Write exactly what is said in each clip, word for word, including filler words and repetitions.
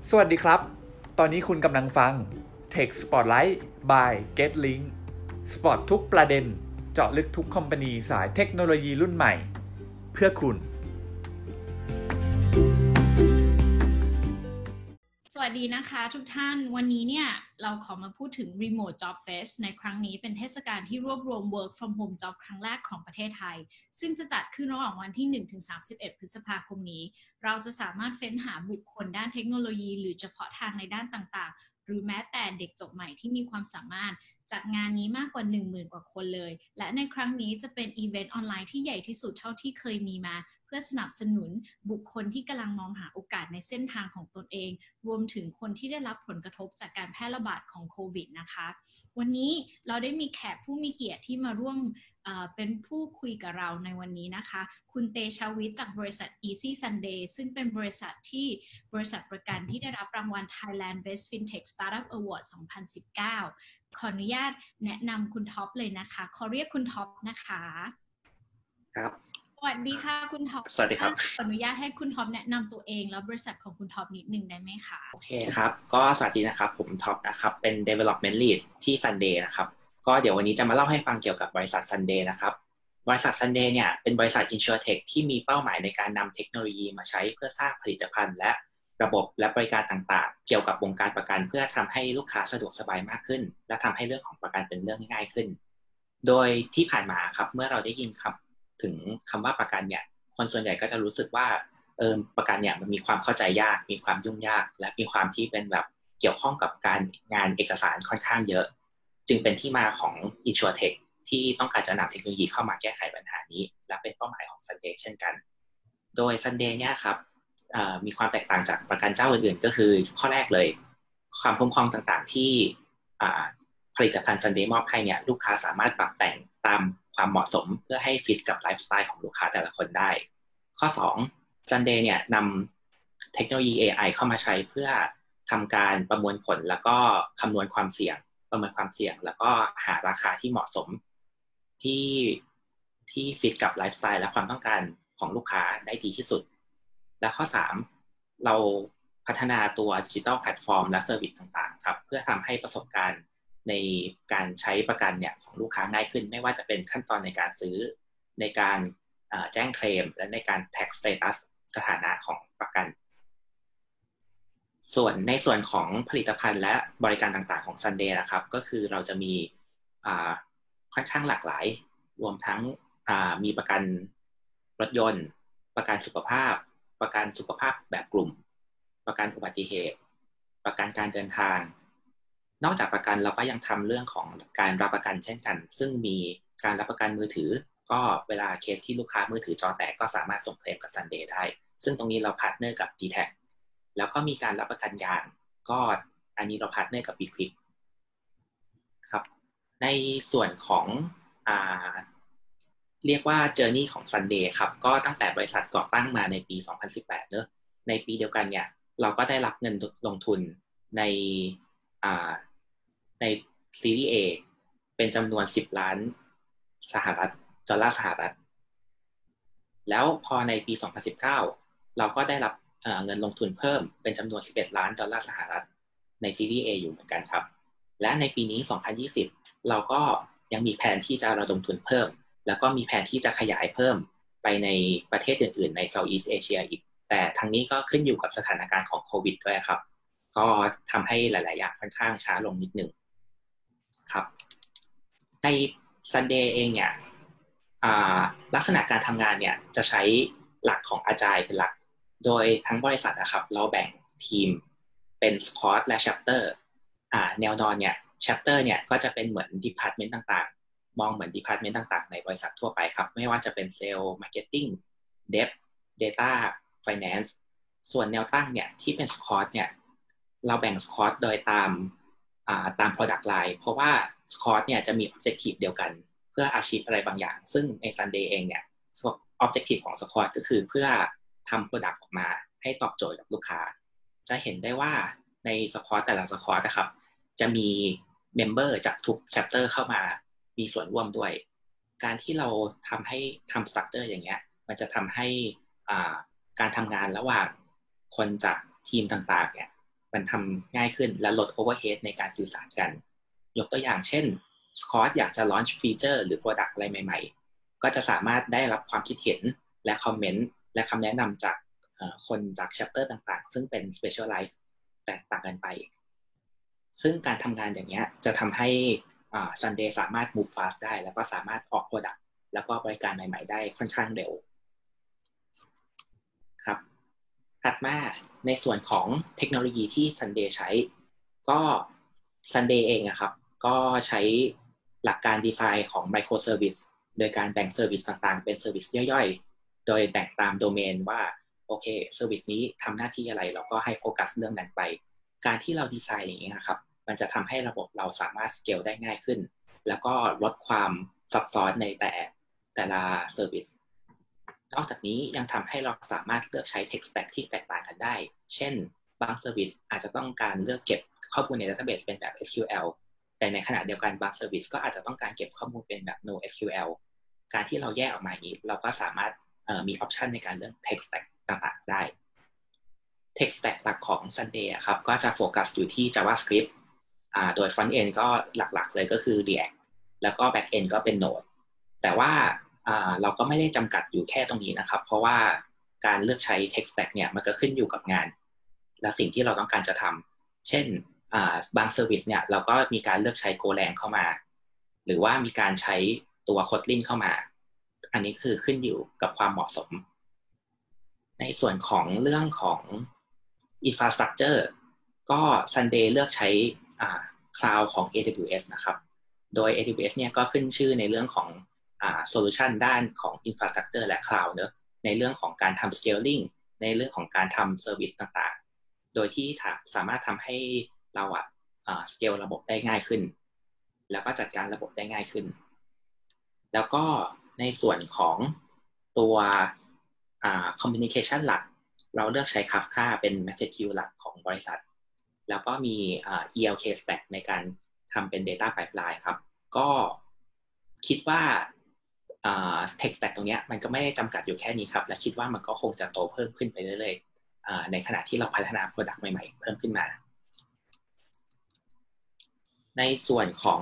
สวัสดีครับตอนนี้คุณกำลังฟัง Tech Spotlight by GetLink Spot ทุกประเด็นเจาะลึกทุกคอมพานีสายเทคโนโลยีรุ่นใหม่เพื่อคุณสวัสดีนะคะทุกท่านวันนี้เนี่ยเราขอมาพูดถึง Remote Job Fest ในครั้งนี้เป็นเทศกาลที่รวบรวม Work from Home Job ครั้งแรกของประเทศไทยซึ่งจะจัดขึ้นระหว่างวันที่ หนึ่งถึงสามสิบเอ็ด พฤษภาคมนี้เราจะสามารถเฟ้นหาบุคคลด้านเทคโนโลยีหรือเฉพาะทางในด้านต่างๆหรือแม้แต่เด็กจบใหม่ที่มีความสามารถจัดงานนี้มากกว่า หนึ่งหมื่น กว่าคนเลยและในครั้งนี้จะเป็นอีเวนต์ออนไลน์ที่ใหญ่ที่สุดเท่าที่เคยมีมาเพื่อสนับสนุนบุคคลที่กำลังมองหาโอกาสในเส้นทางของตนเองรวมถึงคนที่ได้รับผลกระทบจากการแพร่ระบาดของโควิดนะคะวันนี้เราได้มีแขกผู้มีเกียรติที่มาร่วมเป็นผู้คุยกับเราในวันนี้นะคะคุณเตชาวิทย์จากบริษัท Easy Sunday ซึ่งเป็นบริษัทที่บริษัทประกันที่ได้รับรางวัล Thailand Best Fintech Startup Award สองพันสิบเก้าขออนุญาตแนะนำคุณท็อปเลยนะคะขอเรียกคุณท็อปนะคะครับสวัสดีค่ะคุณท็อปสวัสดีครับขออนุญาตให้คุณท็อปแนะนำตัวเองแล้วบริษัทของคุณท็อปนิดนึงได้ไหมคะโอเคครับก็สวัสดีนะครับผมท็อปนะครับเป็น Development Lead ที่ Sunday นะครับก็เดี๋ยววันนี้จะมาเล่าให้ฟังเกี่ยวกับบริษัท Sunday นะครับบริษัท Sunday เนี่ยเป็นบริษัท InsurTech ที่มีเป้าหมายในการนำเทคโนโลยีมาใช้เพื่อสร้างผลิตภัณฑ์และระบบและบริการต่างๆเกี่ยวกับวงการประกันเพื่อทำให้ลูกค้าสะดวกสบายมากขึ้นและทำให้เรื่องของประกันเป็นเรื่องง่ายขึ้นโดยที่ผ่านมาครับเมื่อเราได้ยินคำถึงคำว่าประกันเนี่ยคนส่วนใหญ่ก็จะรู้สึกว่าเออประกันเนี่ยมันมีความเข้าใจยากมีความยุ่งยากและมีความที่เป็นแบบเกี่ยวข้องกับการงานเอกสารค่อนข้างเยอะจึงเป็นที่มาของ InsurTech ที่ต้องการจะนำเทคโนโลยีเข้ามาแก้ไขปัญหานี้และเป็นเป้าหมายของ Sunday เช่นกันโดย Sunday เนี่ยครับมีความแตกต่างจากประกันเจ้าอื่นๆก็คือข้อแรกเลยความคุ้มครองต่างๆที่ผลิตภัณฑ์ Sunday มอบให้เนี่ยลูกค้าสามารถปรับแต่งตามความเหมาะสมเพื่อให้ฟิตกับไลฟ์สไตล์ของลูกค้าแต่ละคนได้ข้อสอง Sunday เนี่ยนำเทคโนโลยี เอ ไอ เข้ามาใช้เพื่อทำการประมวลผลแล้วก็คำนวณความเสี่ยงประเมินความเสี่ยงแล้วก็หาราคาที่เหมาะสมที่ที่ฟิตกับไลฟ์สไตล์และความต้องการของลูกค้าได้ดีที่สุดและข้อสามเราพัฒนาตัวดิจิทัลแพลตฟอร์มและเซอร์วิสต่างๆครับเพื่อทำให้ประสบการณ์ในการใช้ประกันเนี่ยของลูกค้าง่ายขึ้นไม่ว่าจะเป็นขั้นตอนในการซื้อในการแจ้งเคลมและในการแท็กสเตตัสสถานะของประกันส่วนในส่วนของผลิตภัณฑ์และบริการต่างๆของ Sunday นะครับก็คือเราจะมีค่อนข้างหลากหลายรวมทั้งมีประกันรถยนต์ประกันสุขภาพประกันสุขภาพแบบกลุ่มประกันอุบัติเหตุประกันการเดินทางนอกจากประกันเราก็ยังทำเรื่องของการรับประกันเช่นกันซึ่งมีการรับประกันมือถือก็เวลาเคสที่ลูกค้ามือถือจอแตกก็สามารถส่งเคลมกับ Sunday ได้ซึ่งตรงนี้เราพาร์ทเนอร์กับ ดี แท็ก แล้วก็มีการรับประกันยางก็อันนี้เราพาร์ทเนอร์กับ Biquick ครับในส่วนของอ่าเรียกว่า Journey ของ Sunday ครับก็ตั้งแต่บริษัทก่อตั้งมาในปีสองพันสิบแปดเนอะในปีเดียวกันเนี่ยเราก็ได้รับเงินลงทุนในอ่าในซีรีส์ A เป็นจำนวนสิบล้านสหรัฐดอลลาร์สหรัฐแล้วพอในปีสองพันสิบเก้าเราก็ได้รับเอ่อเงินลงทุนเพิ่มเป็นจำนวนสิบเอ็ดล้านดอลลาร์สหรัฐในซีรีส์ A อยู่เหมือนกันครับและในปีนี้สองพันยี่สิบเราก็ยังมีแผนที่จะระดมทุนเพิ่มแล้วก็มีแผนที่จะขยายเพิ่มไปในประเทศอื่นๆใน Southeast Asia อีกแต่ทั้งนี้ก็ขึ้นอยู่กับสถานการณ์ของโควิดด้วยครับก็ทำให้หลายๆอย่างค่อนข้างช้าลงนิดนึงครับใน Sunday เองเนี่ยลักษณะการทำงานเนี่ยจะใช้หลักของ Agile เป็นหลักโดยทั้งบริษัทนะครับเราแบ่งทีมเป็น Squad และ Chapter อ่าแนวนอนเนี่ย Chapter เนี่ยก็จะเป็นเหมือน Department ต่างๆมองเหมือน Department ต่างๆในบริษัททั่วไปครับไม่ว่าจะเป็น Sales Marketing Dev Data Finance ส่วนแนวตั้งเนี่ยที่เป็น Squad เนี่ยเราแบ่ง Squad โดยตามอ่าตาม Product Line เพราะว่า Squad เนี่ยจะมี Objective เดียวกันเพื่อ achieve อะไรบางอย่างซึ่งใน Sunday เองเนี่ย Objective ของ Squad ก็คือเพื่อทำ Product ออกมาให้ตอบโจทย์กับลูกค้าจะเห็นได้ว่าใน Squad แต่ละ Squad นะครับจะมี Member จากทุก Chapter เข้ามามีส่วนร่วมด้วยการที่เราทำให้ทำ Structure อย่างเงี้ยมันจะทำให้อ่าการทำงานระหว่างคนจากทีมต่างๆเนี่ยมันทำง่ายขึ้นและลด overhead ในการสื่อสารกันยกตัวอย่างเช่นสกอตอยากจะ launch feature หรือ product อะไรใหม่ๆก็จะสามารถได้รับความคิดเห็นและคอมเมนต์และคำแนะนำจากคนจาก chapter ต่างๆซึ่งเป็น specialize แตกต่างกันไปซึ่งการทำงานอย่างนี้จะทำให้ Sunday สามารถ move fast ได้แล้วก็สามารถออก product แล้วก็บริการใหม่ๆได้ค่อนข้างเร็วครับถัดมาในส่วนของเทคโนโลยีที่ Sunday ใช้ก็ Sunday เองนะครับก็ใช้หลักการดีไซน์ของ microservice โดยการแบ่งเซอร์วิสต่างๆเป็นเซอร์วิสย่อยๆโดยแบ่งตามโดเมนว่าโอเคเซอร์วิสนี้ทำหน้าที่อะไรเราก็ให้โฟกัสเรื่องนั้นไปการที่เราดีไซน์อย่างนี้นะครับมันจะทำให้ระบบเราสามารถสเกลได้ง่ายขึ้นแล้วก็ลดความซับซ้อนในแต่แต่ละเซอร์วิสนอกจากนี้ยังทำให้เราสามารถเลือกใช้ tech stack ที่แตกต่างกันได้เช่นบางเซอร์วิสอาจจะต้องการเลือกเก็บข้อมูลใน database เป็นแบบ เอส คิว แอล แต่ในขณะเดียวกันบางเซอร์วิสก็อาจจะต้องการเก็บข้อมูลเป็นแบบ NoSQL การที่เราแยกออกมาอย่างนี้เราก็สามารถมีออปชันในการเลือก tech stack ต่างๆได้ tech stack หลักของ Sunday ครับก็จะโฟกัสอยู่ที่ JavaScript อ่าโดย front end ก็หลักๆเลยก็คือ React แล้วก็ back end ก็เป็น Node แต่ว่าอ่าเราก็ไม่ได้จำกัดอยู่แค่ตรงนี้นะครับเพราะว่าการเลือกใช้ tech stack เนี่ยมันก็ขึ้นอยู่กับงานและสิ่งที่เราต้องการจะทำเช่นอ่าบาง service เนี่ยเราก็มีการเลือกใช้ Golang เข้ามาหรือว่ามีการใช้ตัว Kotlin เข้ามาอันนี้คือขึ้นอยู่กับความเหมาะสมในส่วนของเรื่องของ infrastructure ก็ Sunday เลือกใช้อ่า cloud ของ เอ ดับเบิลยู เอส นะครับโดย เอ ดับเบิลยู เอส เนี่ยก็ขึ้นชื่อในเรื่องของอ่า solution ด้านของ infrastructure และ cloud เนอะในเรื่องของการทำ scaling ในเรื่องของการทำ service ต่างๆโดยที่สามารถทำให้เราอ่ะอ่า scale ระบบได้ง่ายขึ้นแล้วก็จัดการระบบได้ง่ายขึ้นแล้วก็ในส่วนของตัวอ่า communication หลักเราเลือกใช้ Kafka เป็น message queue หลักของบริษัทแล้วก็มีอ่า อี แอล เค stack ในการทำเป็น data pipeline ครับก็คิดว่าอ่า tech stack ตรงนี้มันก็ไม่ได้จำกัดอยู่แค่นี้ครับและคิดว่ามันก็คงจะโตเพิ่มขึ้นไปเรื่อยๆอ่าในขณะที่เราพัฒนา product ใหม่ๆเพิ่มขึ้นมาในส่วนของ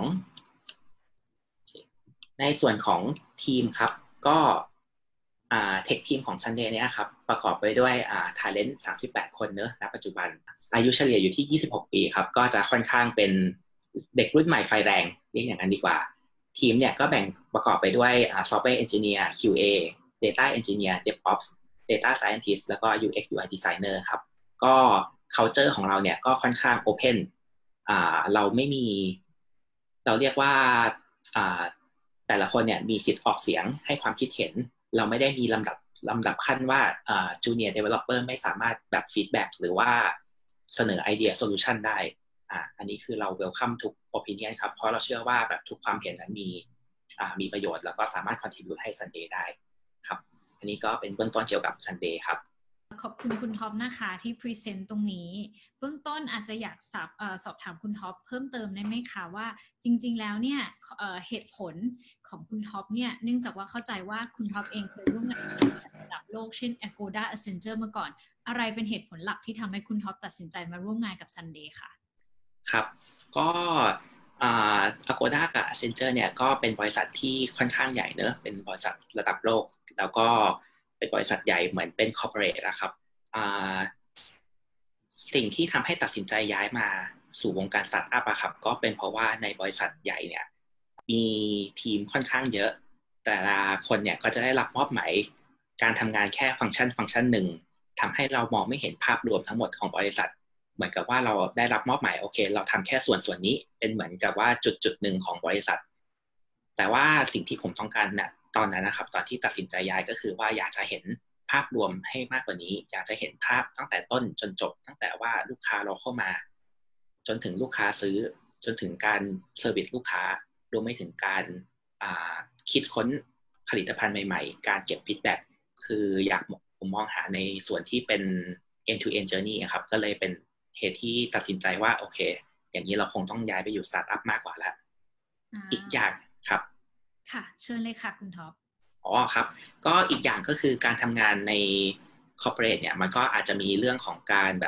ในส่วนของทีมครับก็อ่าเทคทีมของ Sunday เนี่ยครับประกอบไปด้วยอ่า talent สามสิบแปดคนเนอะณปัจจุบันอายุเฉลี่ยอยู่ที่ยี่สิบหกปีครับก็จะค่อนข้างเป็นเด็กรุ่นใหม่ไฟแรงเรียกอย่างนั้นดีกว่าทีมเนี่ยก็แบ่งประกอบไปด้วยอ่า software engineer คิว เอ data engineer DevOps data scientist แล้วก็ ยู เอ็กซ์ ยู ไอ designer ครับก็ culture ของเราเนี่ยก็ค่อนข้าง open อ่าเราไม่มีเราเรียกว่าอ่าแต่ละคนเนี่ยมีสิทธิ์ออกเสียงให้ความคิดเห็นเราไม่ได้มีลำดับลำดับขั้นว่าอ่า junior developer ไม่สามารถแบบ feedback หรือว่าเสนอไอเดีย solution ได้อ่าอันนี้คือเรา welcome ทุก opinion ครับเพราะเราเชื่อว่าแบบทุกความเห็นนั้นมีอ่ามีประโยชน์แล้วก็สามารถ contribute ให้ Sunday ได้ครับอันนี้ก็เป็นเบื้องต้นเกี่ยวกับ Sunday ครับขอบคุณคุณท็อปนะคะที่พรีเซนต์ตรงนี้เบื้องต้นอาจจะอยากสอบเอ่อสอบถามคุณท็อปเพิ่มเติมได้ไหมคะว่าจริงๆแล้วเนี่ยเอ่อเหตุผลของคุณท็อปเนี่ยเนื่องจากว่าเข้าใจว่าคุณท็อปเองเคยร่วมงานระดับโลกเช่น Agoda Accenture มาก่อนอะไรเป็นเหตุผลหลักที่ทำให้คุณท็อปตัดสินใจมาร่วมงานกับ Sunday ค่ะครับก็อ่า Agoda กับ Accenture เนี่ยก็เป็นบริษัทที่ค่อนข้างใหญ่เนอะเป็นบริษัทระดับโลกแล้วก็เป็นบริษัทใหญ่เหมือนเป็น corporate นะครับอ่าสิ่งที่ทำให้ตัดสินใจย้ายมาสู่วงการสตาร์ทอัพอะครับก็เป็นเพราะว่าในบริษัทใหญ่เนี่ยมีทีมค่อนข้างเยอะแต่ละคนเนี่ยก็จะได้รับมอบหมายการทำงานแค่ฟังก์ชันฟังก์ชันหนึ่งทำให้เรามองไม่เห็นภาพรวมทั้งหมดของบริษัทเหมือนกับว่าเราได้รับมอบหมายโอเคเราทำแค่ส่วนส่วนนี้เป็นเหมือนกับว่าจุดจุดหนึ่งของบริษัทแต่ว่าสิ่งที่ผมต้องการเนี่ยตอนนั้นนะครับตอนที่ตัดสินใจย้ายก็คือว่าอยากจะเห็นภาพรวมให้มากกว่านี้อยากจะเห็นภาพตั้งแต่ต้นจนจบตั้งแต่ว่าลูกค้าเราเข้ามาจนถึงลูกค้าซื้อจนถึงการเซอร์วิสลูกค้ารวมไปถึงการคิดค้นผลิตภัณฑ์ใหม่ๆการเก็บฟีดแบ็กคืออยากผมมองหาในส่วนที่เป็น end to end journey ครับก็เลยเป็นเหตุที่ตัดสินใจว่าโอเคอย่างนี้เราคงต้องย้ายไปอยู่สตาร์ทอัพมากกว่าแล้ว อ, อีกอย่างครับค่ะเชิญเลยค่ะคุณท็อปอ๋อครับก็อีกอย่างก็คือการทำงานใน corporate เนี่ยมันก็อาจจะมีเรื่องของการแบบ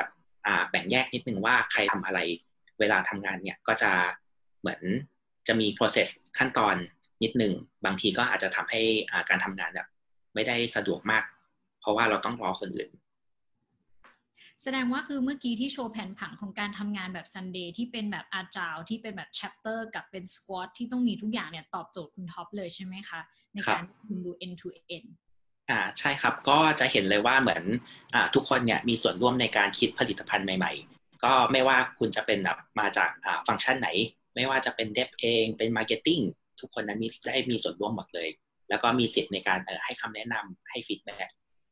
อ่าแบ่งแยกนิดนึงว่าใครทำอะไรเวลาทำงานเนี่ยก็จะเหมือนจะมี process ขั้นตอนนิดนึงบางทีก็อาจจะทำให้อ่าการทำงานเนี่ยไม่ได้สะดวกมากเพราะว่าเราต้องรอคนอื่นแสดงว่าคือเมื่อกี้ที่โชว์แผนผังของการทำงานแบบ Sunday ที่เป็นแบบ Agile ที่เป็นแบบ Chapter กับเป็น Squad ที่ต้องมีทุกอย่างเนี่ยตอบโจทย์คุณท็อปเลยใช่ไหมคะในการคุณดู end to end อ่าใช่ครับก็จะเห็นเลยว่าเหมือนอ่าทุกคนเนี่ยมีส่วนร่วมในการคิดผลิตภัณฑ์ใหม่ๆก็ไม่ว่าคุณจะเป็นแบบมาจากอ่าฟังก์ชันไหนไม่ว่าจะเป็น Dev เองเป็น Marketing ทุกคนนั้นมีได้มีส่วนร่วมหมดเลยแล้วก็มีสิทธิ์ในการเอ่อให้คำแนะนำให้ feedback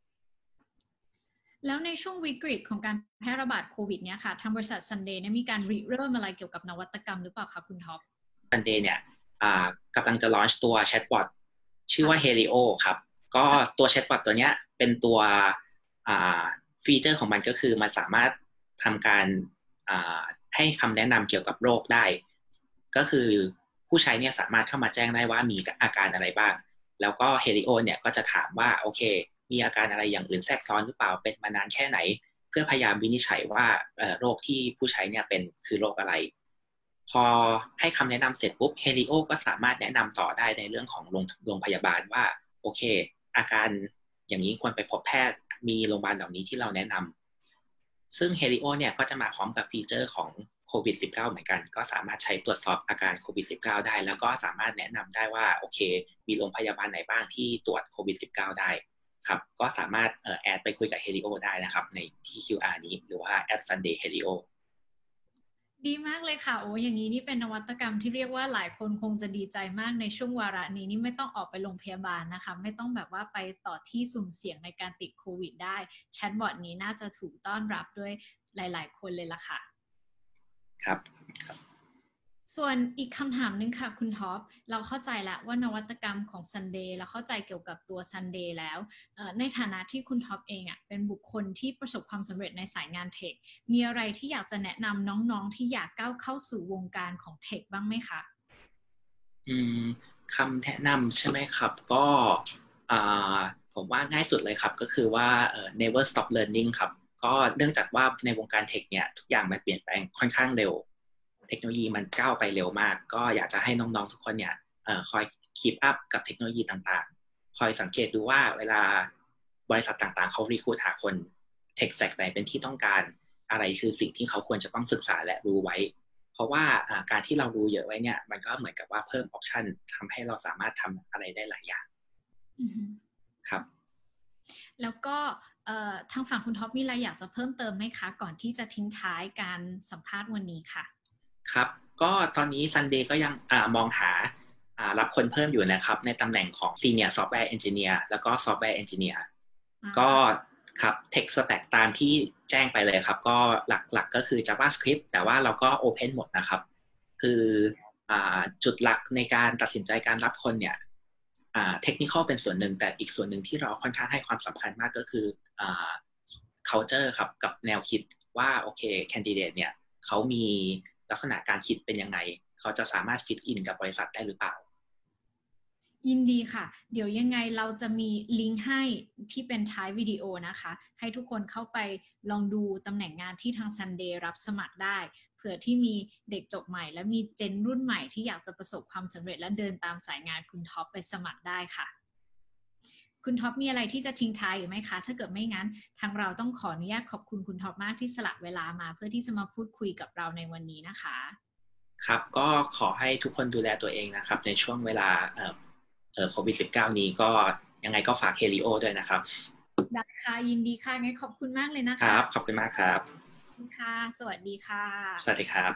แล้วในช่วงวิกฤตของการแพร่ระบาดโควิดเนี่ยค่ะทางบริษัท Sunday เนี่ยมีการริเริ่มอะไรเกี่ยวกับนวัตกรรมหรือเปล่าคะคุณท็อป Sunday เนี่ยอ่ากำลังจะ launch ตัว chatbot ชื่อว่า Helio ครับก็ตัวแชทบอทตัวเนี้ยเป็นตัวฟีเจอร์ของมันก็คือมันสามารถทำการให้คำแนะนำเกี่ยวกับโรคได้ก็คือผู้ใช้เนี่ยสามารถเข้ามาแจ้งได้ว่ามีอาการอะไรบ้างแล้วก็ Helio เนี่ยก็จะถามว่าโอเคมีอาการอะไรอย่างอื่นแทรกซ้อนหรือเปล่าเป็นมานานแค่ไหนเพื่อพยายามวินิจฉัยว่าโรคที่ผู้ใช้เนี่ยเป็นคือโรคอะไรพอให้คำแนะนำเสร็จปุ๊บ Helio ก็สามารถแนะนำต่อได้ในเรื่องของโรงพยาบาลว่าโอเคอาการอย่างนี้ควรไปพบแพทย์มีโรงพยาบาลเหล่านี้ที่เราแนะนำซึ่ง Helio เนี่ยก็จะมาพร้อมกับฟีเจอร์ของโควิด สิบเก้า เหมือนกันก็สามารถใช้ตรวจสอบอาการโควิด สิบเก้า ได้แล้วก็สามารถแนะนำได้ว่าโอเคมีโรงพยาบาลไหนบ้างที่ตรวจโควิด สิบเก้า ได้ครับก็สามารถเอ่อแอดไปคุยกับ Helio ได้นะครับในที่ คิว อาร์ นี้หรือว่าแอป Sunday Helio ดีมากเลยค่ะโอ้อย่างนี้นี่เป็นนวัตกรรมที่เรียกว่าหลายคนคงจะดีใจมากในช่วงวาระนี้นี่ไม่ต้องออกไปโรงพยาบาลนะคะไม่ต้องแบบว่าไปต่อที่สุ่มเสี่ยงในการติดโควิดได้แชทบอทนี้น่าจะถูกต้อนรับด้วยหลายๆคนเลยล่ะค่ะครับส่วนอีกคำถามนึงค่ะคุณท็อปเราเข้าใจแล้วว่านวัตกรรมของ Sunday เราเข้าใจเกี่ยวกับตัว Sunday แล้วในฐานะที่คุณท็อปเองอ่ะเป็นบุคคลที่ประสบความสำเร็จในสายงานเทคมีอะไรที่อยากจะแนะนำน้องๆที่อยากก้าวเข้าสู่วงการของเทคบ้างไหมคะอืมคำแนะนำใช่ไหมครับก็อ่าผมว่าง่ายสุดเลยครับก็คือว่า never stop learning ครับก็เนื่องจากว่าในวงการเทคเนี่ยทุกอย่างมันเปลี่ยนแปลงค่อนข้างเร็วเทคโนโลยีมันก้าวไปเร็วมากก็อยากจะให้น้องๆทุกคนเนี่ยเอ่อคอย keep up กับเทคโนโลยีต่างๆคอยสังเกตดูว่าเวลาบริษัทต่างๆเขา recruit หาคน tech stack ไหนเป็นที่ต้องการอะไรคือสิ่งที่เขาควรจะต้องศึกษาและรู้ไว้เพราะว่าการที่เรารู้เยอะไว้เนี่ยมันก็เหมือนกับว่าเพิ่มออปชันทำให้เราสามารถทำอะไรได้หลายอย่างครับแล้วก็ทางฝั่งคุณท็อปมีอะไรอยากจะเพิ่มเติมไหมคะก่อนที่จะทิ้งท้ายการสัมภาษณ์วันนี้ค่ะครับก็ตอนนี้ Sunday ก็ยังอ่ามองหาอ่ารับคนเพิ่มอยู่นะครับในตำแหน่งของ Senior Software Engineer แล้วก็ Software Engineer ก็ครับ Tech Stack ตามที่แจ้งไปเลยครับก็หลักๆ ก, ก็คือ JavaScript แต่ว่าเราก็ Open หมดนะครับคืออ่าจุดหลักในการตัดสินใจการรับคนเนี่ยอ่า Technical เป็นส่วนหนึ่งแต่อีกส่วนหนึ่งที่เราค่อนข้างให้ความสำคัญมากก็คืออ่า Culture ครับกับแนวคิดว่าโอเค Candidate เนี่ยเขามีลักษณะการคิดเป็นยังไงเขาจะสามารถฟิตอินกับบริษัทได้หรือเปล่ายินดีค่ะเดี๋ยวยังไงเราจะมีลิงก์ให้ที่เป็นท้ายวิดีโอนะคะให้ทุกคนเข้าไปลองดูตำแหน่งงานที่ทาง Sunday รับสมัครได้เผื่อที่มีเด็กจบใหม่และมีเจนรุ่นใหม่ที่อยากจะประสบความสำเร็จและเดินตามสายงานคุณท็อปไปสมัครได้ค่ะคุณท็อปมีอะไรที่จะทิ้งท้ายหรือไม่คะถ้าเกิดไม่งั้นทางเราต้องขออนุญาตขอบคุณคุณท็อปมากที่สละเวลามาเพื่อที่จะมาพูดคุยกับเราในวันนี้นะคะครับก็ขอให้ทุกคนดูแลตัวเองนะครับในช่วงเวลาเอ่อเอ่อโควิด สิบเก้า นี้ก็ยังไงก็ฝาก Helio ด้วยนะครับได้ค่ะยินดีค่ะงั้นขอบคุณมากเลยนะคะครับขอบคุณมากครับค่ะสวัสดีค่ะสวัสดีครับ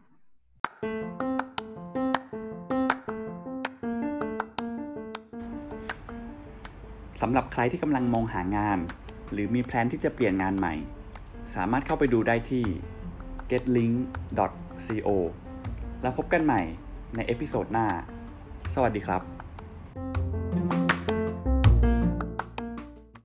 สำหรับใครที่กำลังมองหางานหรือมีแพลนที่จะเปลี่ยนงานใหม่สามารถเข้าไปดูได้ที่ เก็ตลิงก์ ดอท ซี โอ แล้วพบกันใหม่ในเอพิโซดหน้าสวัสดีครับ